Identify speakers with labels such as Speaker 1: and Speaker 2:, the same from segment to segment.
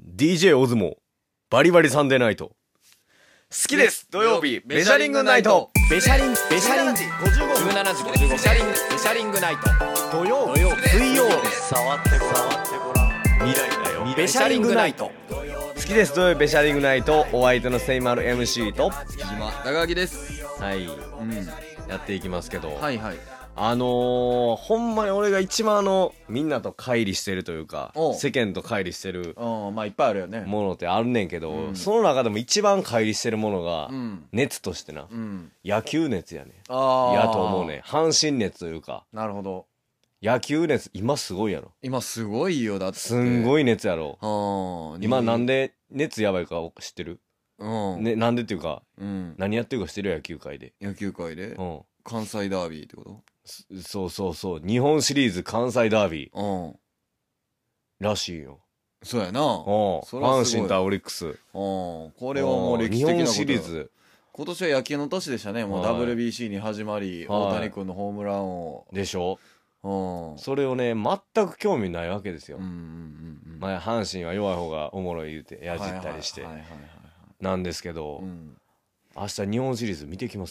Speaker 1: DJ オズモバリバリサンデーナイト好きです。土曜日ベシャリングナイト。ベシャリン55分17時55分ベシャリングナイト土曜水曜
Speaker 2: 触ってごらん
Speaker 1: 未来だよ。ベシャリングナイト好きです。土曜日ベシャリングナイト、お相手のセイマル MC と
Speaker 2: 島高木です。
Speaker 1: はい、やっていきますけど、
Speaker 2: はいはい。
Speaker 1: ほんまに俺が一番みんなと乖離してるというか、世間と乖離してる
Speaker 2: まあいっぱいあるよね。
Speaker 1: ものってあるねんけど、その中でも一番乖離してるものが、熱としてな、野球熱やねん。やと思うね。阪神熱というか。
Speaker 2: なるほど。
Speaker 1: 野球熱今すごいやろ。
Speaker 2: 今すごいよ。だって
Speaker 1: すんごい熱やろ。今なんで熱やばいか知ってる？ね、なんでっていうか、何やってるか知ってる？野球界で。
Speaker 2: 野球界で関西ダービーってこと？
Speaker 1: そう日本シリーズ関西ダービーらしいよ。
Speaker 2: そうやな。
Speaker 1: 阪神対オリックス。
Speaker 2: これはもう歴史的なこと。
Speaker 1: 日本シリーズ
Speaker 2: 今年は野球の年でしたね。もう WBC に始まり、大谷君のホームランを
Speaker 1: でしょ。それをね全く興味ないわけですよ。まあ阪神は弱い方がおもろい言うてやじったりしてなんですけど、明日日本シリーズ見てきます。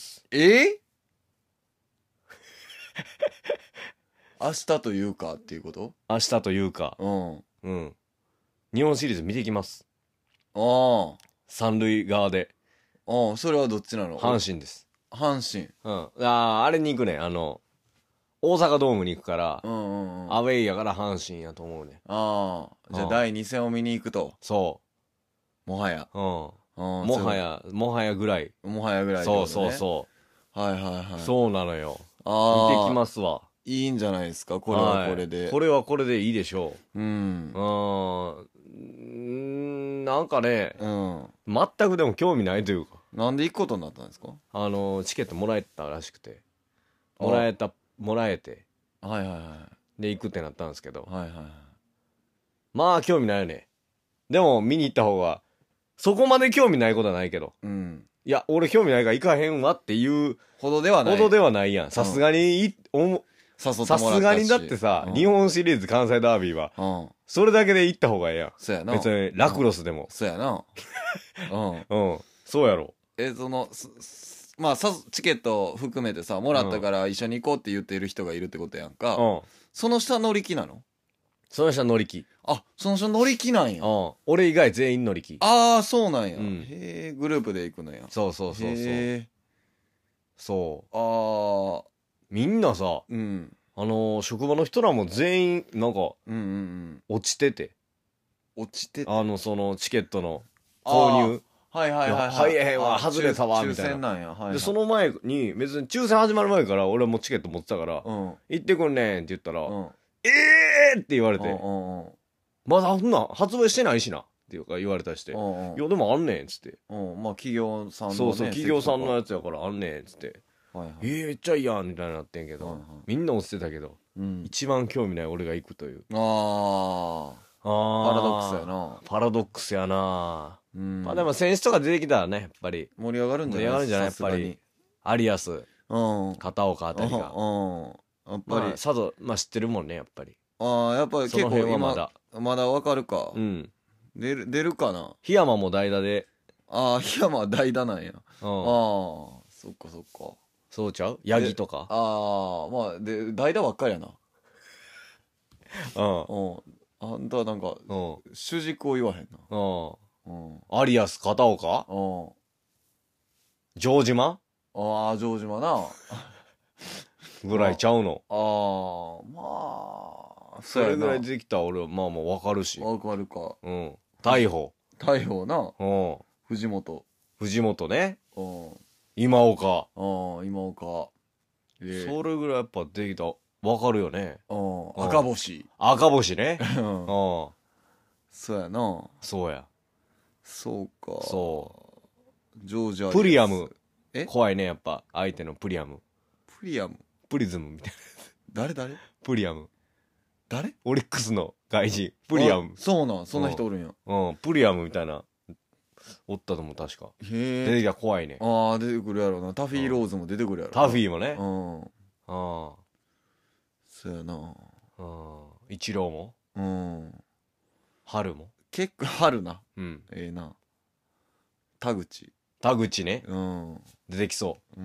Speaker 2: 明日というかっていうこと？
Speaker 1: 明日というか、日本シリーズ見てきます。三塁側で。
Speaker 2: それはどっちなの？
Speaker 1: 阪神です。
Speaker 2: 阪神。
Speaker 1: あれに行くね。大阪ドームに行くから、アウェイやから阪神やと思うね。
Speaker 2: じゃあ第2戦を見に行くと。もはや。も
Speaker 1: はやぐらい。
Speaker 2: もはやぐらい。
Speaker 1: そう。そうなのよ。見てきますわ。
Speaker 2: いいんじゃないですか、これはこれで。
Speaker 1: これはこれでいいでしょう。なんかね、全くでも興味ないというか。
Speaker 2: なんで行くことになったんですか？
Speaker 1: チケットもらえたらしくて。もらえて。で、行くってなったんですけど。まあ、興味ないよね。でも、見に行った方が、そこまで興味ないことはないけど。いや、俺興味ないから行かへんわっていう
Speaker 2: ほどでは
Speaker 1: ないやん。さすがにさすがにだってさ、日本シリーズ関西ダービーは、それだけで行った方がええやん。
Speaker 2: そうやな。
Speaker 1: 別にラクロスでも。
Speaker 2: そうやな。
Speaker 1: そうやろ。
Speaker 2: まあチケット含めてさ、もらったから一緒に行こうって言っている人がいるってことやんか。その下乗り気なの？
Speaker 1: その下乗り気。
Speaker 2: その下乗り気なんや。
Speaker 1: 俺以外全員乗り気。
Speaker 2: そうなんや。へえ、グループで行くのや。
Speaker 1: そう。みんなさ、職場の人らも全員なんか落ちてて、そのチケットの購入入れへんわ外れたわみたいな。でその前に別に抽選始まる前から俺はもうチケット持ってたから行ってくんねんって言ったらって言われて、まだそんな発売してないしなっていうか言われたりして、いやでもあんねんっつって、
Speaker 2: まあ企業さんのね、
Speaker 1: そう企業さんのやつやからあんねんっつって、めっちゃいいやんみたいになってんけど、みんな落ちてたけど、一番興味ない俺が行くという。パラドックスやな。パラドックスやな。まあでも選手とか出てきたらね、やっぱり
Speaker 2: 盛り上がるんじゃない？
Speaker 1: やっぱりアリアス、片岡あたりがやっぱり佐渡知ってるもんね、やっぱり。やっぱり結構今まだわかるか。出るかな。檜山も代打で。檜山は代打なんや。そっか。そうちゃう？ヤギとか。まあで代打ばっかりやな。あんたはなんか主軸を言わへんな。アリアス片岡、城島、城島なぐらいちゃうの。まあそれぐらいできたら俺はまあ分かるし。分かるか。大鵬な。藤本ね。今岡。それぐらいやっぱできたら分かるよね。赤星ね。そうやな。そうや。そうか。ジョージアプリアム。怖いね、やっぱ相手のプリアム。プリズムみたいな。誰プリアム。誰？オリックスの外人プリアム。そうなん、そんな人おるんや。プリアムみたいなおったと思う、確か。出てきたら怖いね。出てくるやろな。タフィーローズも出てくるやろ。タフィーもね。そうやな。イチローも春も。
Speaker 2: 結構あるな。
Speaker 1: うん。
Speaker 2: ええな。田口。
Speaker 1: 田口ね。
Speaker 2: うん。
Speaker 1: 出てきそ
Speaker 2: うん。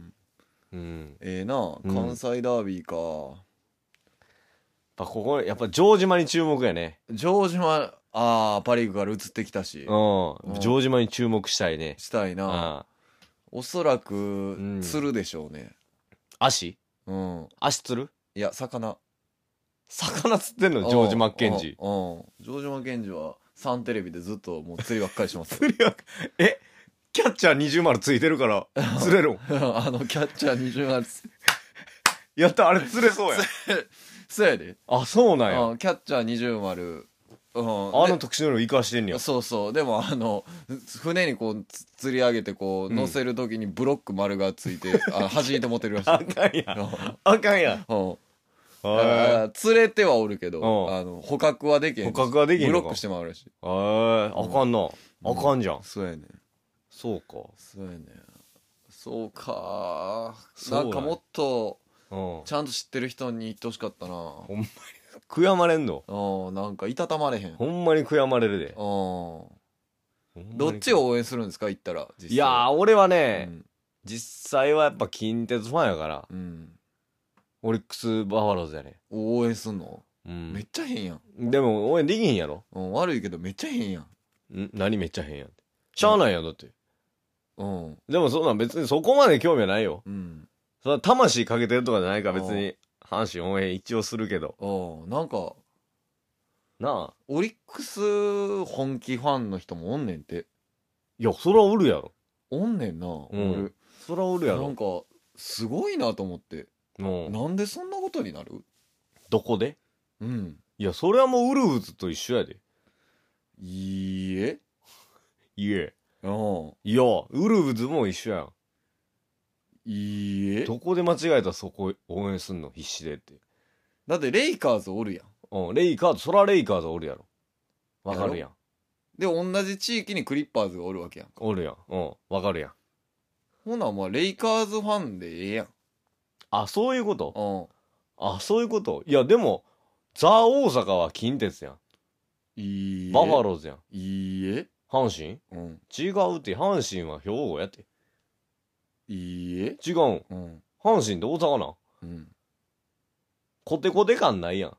Speaker 1: う。うん。
Speaker 2: ええな。関西ダービーか。
Speaker 1: ここ、やっぱ城島に注目やね。
Speaker 2: 城島、ああ、パリーグから移ってきたし。
Speaker 1: うん。城島に注目したいね。
Speaker 2: したいな。おそらく、釣るでしょうね。
Speaker 1: 足
Speaker 2: うん。
Speaker 1: 足釣る
Speaker 2: いや、魚。
Speaker 1: 魚釣ってんの城島健二。
Speaker 2: うん。城島健二は、サンテレビでずっともう釣りばっかりしますよ。
Speaker 1: 釣りは、キャッチャー20丸ついてるから、釣れるん
Speaker 2: キャッチャー20丸。
Speaker 1: やった、あれ釣れそうや。
Speaker 2: そうやで。
Speaker 1: あ、そうなんや。
Speaker 2: キャッチャー20丸。
Speaker 1: あの特殊能力生かしてんねや。
Speaker 2: そうそう。でも船にこう釣り上げてこう乗せるときにブロック丸がついて、弾いて持てるらしい。
Speaker 1: あかんや。あかんや。
Speaker 2: 釣れてはおるけど、捕獲はできへん。
Speaker 1: 捕獲はできへんのか。
Speaker 2: ブロックしてまうらしい。
Speaker 1: あかんな。あかんじゃん。
Speaker 2: そうやねん。
Speaker 1: そうか。
Speaker 2: そうやねん。そうか。なんかもっと、ちゃんと知ってる人に言ってほしかったな。
Speaker 1: ほんまに。悔やまれんの？
Speaker 2: なんかいたたまれへん。
Speaker 1: ほんまに悔やまれるで。
Speaker 2: どっちを応援するんですか言ったら。
Speaker 1: いやー、俺はね、実際はやっぱ近鉄ファンやから、オリックスバファローズやね。
Speaker 2: 応援すんの？めっちゃ変や
Speaker 1: ん。でも応援できへんやろ。
Speaker 2: 悪いけどめっちゃ変や
Speaker 1: ん。何めっちゃ変やんって。しゃあないやん、だって。でもそんなん別にそこまで興味はないよ。それは魂かけてるとかじゃないから別に阪神応援一応するけど。
Speaker 2: なんか、
Speaker 1: なあ。
Speaker 2: オリックス本気ファンの人もおんねんて。
Speaker 1: いや、そらおるやろ。
Speaker 2: おんねんな。俺。
Speaker 1: そらおるやろ。
Speaker 2: なんか、すごいなと思って。なんでそんなことになる？
Speaker 1: どこで？いや、それはもうウルフズと一緒やで。
Speaker 2: いいえ。
Speaker 1: いえ。いや、ウルフズも一緒やん。
Speaker 2: いいえ。
Speaker 1: どこで間違えたらそこ応援すんの必死でって。
Speaker 2: だってレイカーズおるやん。
Speaker 1: レイカーズ、そらレイカーズおるやろ。わかるやん。
Speaker 2: で、同じ地域にクリッパーズがおるわけやん。
Speaker 1: おるやん。わかるやん。
Speaker 2: ほな、まあ、レイカーズファンでええやん。
Speaker 1: あ、そういうこと？あ、そういうこと？いや、でも、ザ・大阪は近鉄やん。
Speaker 2: いいえ。
Speaker 1: バファローズやん。
Speaker 2: いいえ。
Speaker 1: 阪神？違うって、阪神は兵庫やって。
Speaker 2: いいえ。
Speaker 1: 違うん。阪神って大阪なん？コテコテ感ないやん。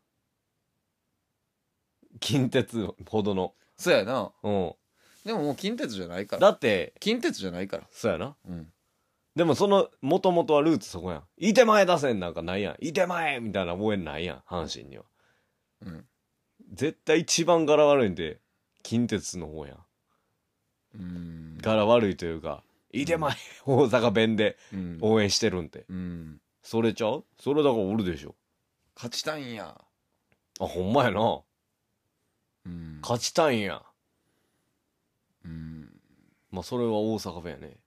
Speaker 1: 近鉄ほどの。
Speaker 2: そうやな。でももう近鉄じゃないから。
Speaker 1: だって、
Speaker 2: 近鉄じゃないから。
Speaker 1: そうやな。でももともとはルーツそこやん。いてまえ出せんなんかないやん。いてまえみたいな応援ないやん、阪神には。絶対一番柄悪いんで、近鉄の方やん。柄悪いというか、いてまえ、大阪弁で応援してるんで。それちゃう？それだからおるでしょ。
Speaker 2: 勝ちたいんや。
Speaker 1: あ、ほんまやな。勝ちたいんや。まあ、それは大阪弁やね。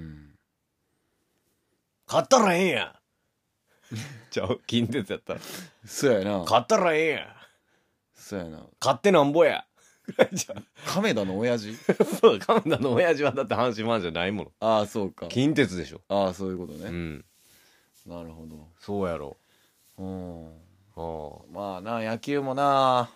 Speaker 1: 勝ったらええやん。ちゃう？近鉄やったら。
Speaker 2: そうやな。
Speaker 1: 勝ったらええやん。
Speaker 2: そうやな。
Speaker 1: 勝ってなんぼや。
Speaker 2: 亀田の親父？
Speaker 1: そう、亀田の親父はだって阪神ファンじゃないもの。
Speaker 2: ああ、そうか。
Speaker 1: 近鉄でしょ。
Speaker 2: ああ、そういうことね。なるほど。
Speaker 1: そうやろ。
Speaker 2: まあな、野球もな、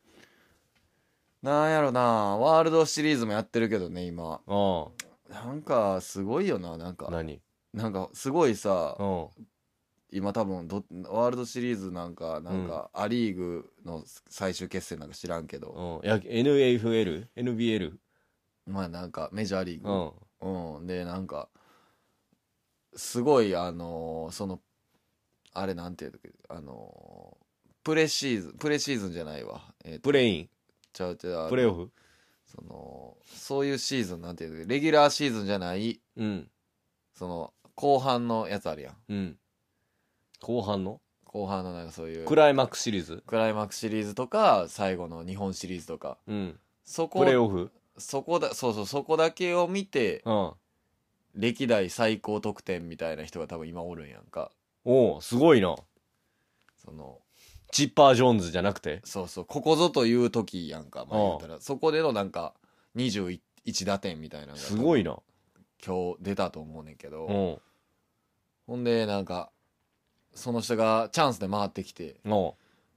Speaker 2: なんやろな、ワールドシリーズもやってるけどね、今。なんか、すごいよな、なんか。
Speaker 1: 何？
Speaker 2: なんか、すごいさ、今多分ワールドシリーズなんか、ア・リーグの最終決戦なんか知らんけど。
Speaker 1: NFL？ NBL？
Speaker 2: まあなんか、メジャーリーグ。で、なんか、すごい、あれなんていうの、プレシーズンじゃないわ。
Speaker 1: プレイン。
Speaker 2: ちゃう
Speaker 1: プレイオフ？
Speaker 2: そういうシーズンなんていうの、レギュラーシーズンじゃない、後半のやつあるやん。
Speaker 1: 後半の
Speaker 2: なんかそういう。
Speaker 1: クライマックスシリーズ？
Speaker 2: クライマックスシリーズとか、最後の日本シリーズとか。
Speaker 1: プレイオフ？
Speaker 2: そこだけを見て、歴代最高得点みたいな人が多分今おるんやんか。
Speaker 1: おお、すごいな。チッパー・ジョーンズじゃなくて？
Speaker 2: ここぞという時やんか。まあ言うたら。そこでのなんか、21打点みたいなのが。
Speaker 1: すごいな。
Speaker 2: 今日出たと思うねんけど。ほんで、なんか、その人がチャンスで回ってきて。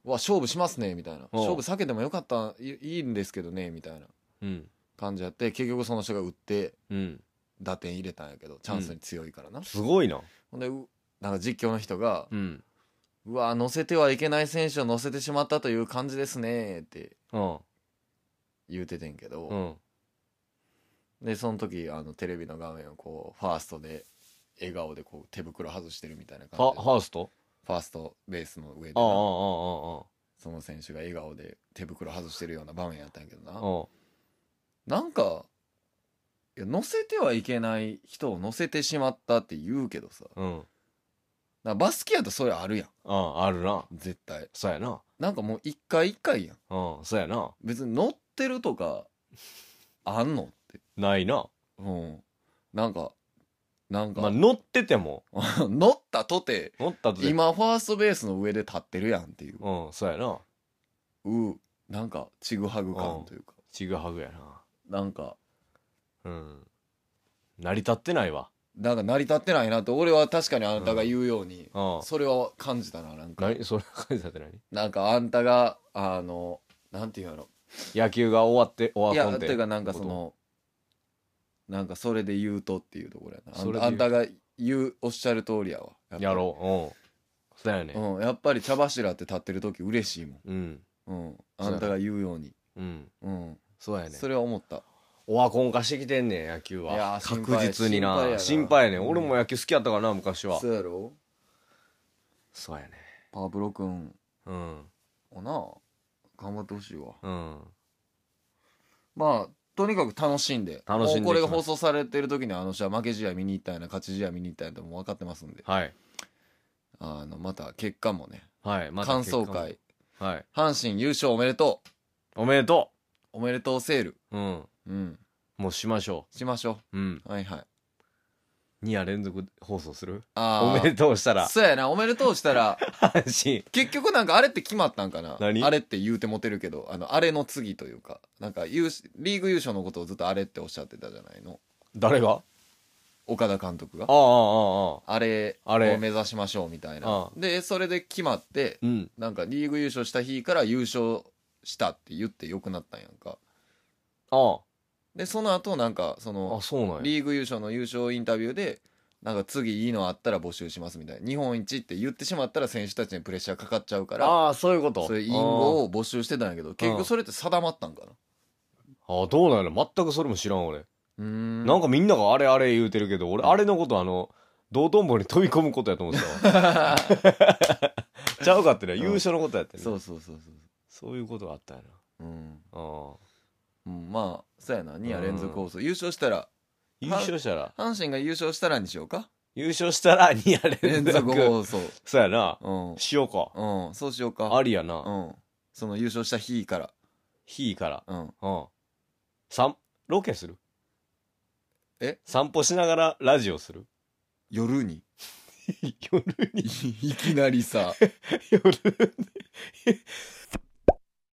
Speaker 2: 勝負しますねみたいな、勝負避けてもよかったいいんですけどねみたいな感じやって、結局その人が打って打点入れたんやけど、チャンスに強いからな、
Speaker 1: すごいな。
Speaker 2: ほんでなんか実況の人がうわ乗せてはいけない選手を乗せてしまったという感じですねって言うててんけど、でその時テレビの画面をこうファーストで笑顔でこう手袋外してるみたいな感じで、
Speaker 1: ファースト
Speaker 2: ベースの上でその選手が笑顔で手袋外してるような場面やったんやけどな、なんかいや乗せてはいけない人を乗せてしまったって言うけどさ、バスケやとそれあるやん。
Speaker 1: あるな。
Speaker 2: 絶対。
Speaker 1: そうやな。
Speaker 2: なんかもう一回一回やん。
Speaker 1: そうやな。
Speaker 2: 別に乗ってるとかあんのって。
Speaker 1: ないな。
Speaker 2: なんかま
Speaker 1: あ乗ってても
Speaker 2: 乗ったとて今ファーストベースの上で立ってるやんっていう。
Speaker 1: そうやな。
Speaker 2: なんかちぐはぐ感というか。
Speaker 1: ちぐはぐや
Speaker 2: な。なんか
Speaker 1: 成り立ってないわ。
Speaker 2: なんか成り立ってないなと俺は確かにあなたが言うように、それは感じたな。なんか
Speaker 1: それ感じたって何？
Speaker 2: なんかあんたがなんていうの、
Speaker 1: 野球が終わって
Speaker 2: いやっていうかなんかそのなんかそれで言うとっていうところやな。あんたがおっしゃる通りやわ。
Speaker 1: やろう。そうやね。
Speaker 2: やっぱり茶柱って立ってる時嬉しいもん。あんたが言うように。
Speaker 1: そうやね。
Speaker 2: それは思った。
Speaker 1: オワコン化してきてんねん野球は。いや確実にな。心配やねん。俺も野球好きやったからな昔は。
Speaker 2: そうやろ。
Speaker 1: そうやね。
Speaker 2: パワプロくんをな頑張ってほしいわ。まあとにかく楽しんでこれが放送されてる時に試合負け試合見に行ったんやな勝ち試合見に行ったんやとも分かってますんで、また結果もね、感想会、阪神優勝おめでとうおめでとうセール
Speaker 1: もうしましょ
Speaker 2: う。はいはい。
Speaker 1: 2夜連続放送する？おめでとうしたら。
Speaker 2: そうやな、おめでとうしたら
Speaker 1: 阪神
Speaker 2: 結局なんかあれって決まったんかな。あれって言うてもてるけど、あれの次というか、なんかリーグ優勝のことをずっとあれっておっしゃってたじゃないの。
Speaker 1: 誰が？
Speaker 2: 岡田監督があれを目指しましょうみたいな。でそれで決まって、なんかリーグ優勝した日から優勝したって言ってよくなったんやんか。でその後なんかそのリーグ優勝の優勝インタビューでなんか次いいのあったら募集しますみたいな、日本一って言ってしまったら選手たちにプレッシャーかかっちゃうから、
Speaker 1: そういうこと、
Speaker 2: そういう隠語を募集してたんやけど、結局それって定まったんかな。
Speaker 1: どうなんやろ、全くそれも知らん俺。なんかみんながあれあれ言うてるけど、俺あれのこと道頓堀に飛び込むことやと思ってたわちゃうかってね、優勝のことやってね。そういうことがあったんやな。
Speaker 2: まあそうやな、2夜連続放送優勝したら阪神が優勝したらにしようか。
Speaker 1: 優勝したら2夜連続
Speaker 2: 放送。
Speaker 1: そうやな、しようか。
Speaker 2: そうしようか。
Speaker 1: ありやな。
Speaker 2: その優勝した日から
Speaker 1: ロケする？散歩しながらラジオする？
Speaker 2: 夜に
Speaker 1: 夜に
Speaker 2: いきなりさ
Speaker 1: 夜に